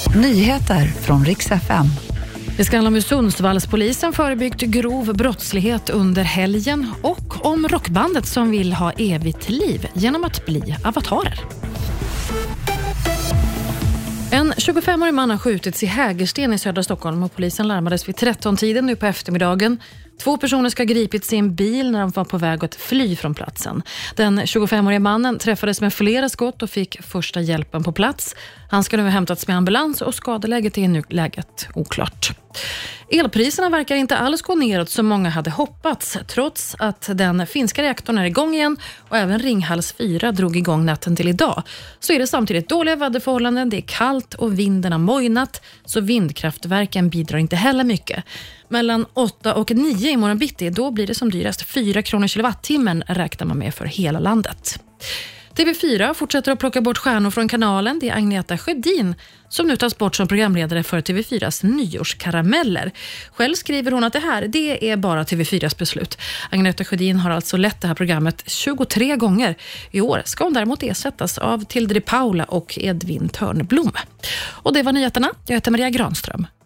Nyheter från Rix FM. Det ska handla om hur Sundsvallspolisen förebyggt grov brottslighet under helgen och om rockbandet som vill ha evigt liv genom att bli avatarer. En 25-årig man har skjutits i Hägersten i södra Stockholm och polisen larmades vid 13-tiden nu på eftermiddagen. 2 personer ska ha gripits i en bil när de var på väg att fly från platsen. Den 25-åriga mannen träffades med flera skott och fick första hjälpen på plats. Han ska nu ha hämtats med ambulans och skadeläget är i nuläget oklart. Elpriserna verkar inte alls gå neråt som många hade hoppats, trots att den finska reaktorn är igång igen och även Ringhals 4 drog igång natten till idag. Så är det samtidigt dåliga väderförhållanden, det är kallt och vinden har mojnat, så vindkraftverken bidrar inte heller mycket. Mellan 8 och 9 i morgon bitti, då blir det som dyrast 4 kronor kilowattimmen räknar man med för hela landet. TV4 fortsätter att plocka bort stjärnor från kanalen. Det är Agneta Sjödin som nu tas bort som programledare för TV4s nyårskarameller. Själv skriver hon att det är bara TV4s beslut. Agneta Sjödin har alltså lett det här programmet 23 gånger. I år ska hon däremot ersättas av Tilde de Paula och Edvin Törnblom. Och det var nyheterna. Jag heter Maria Granström.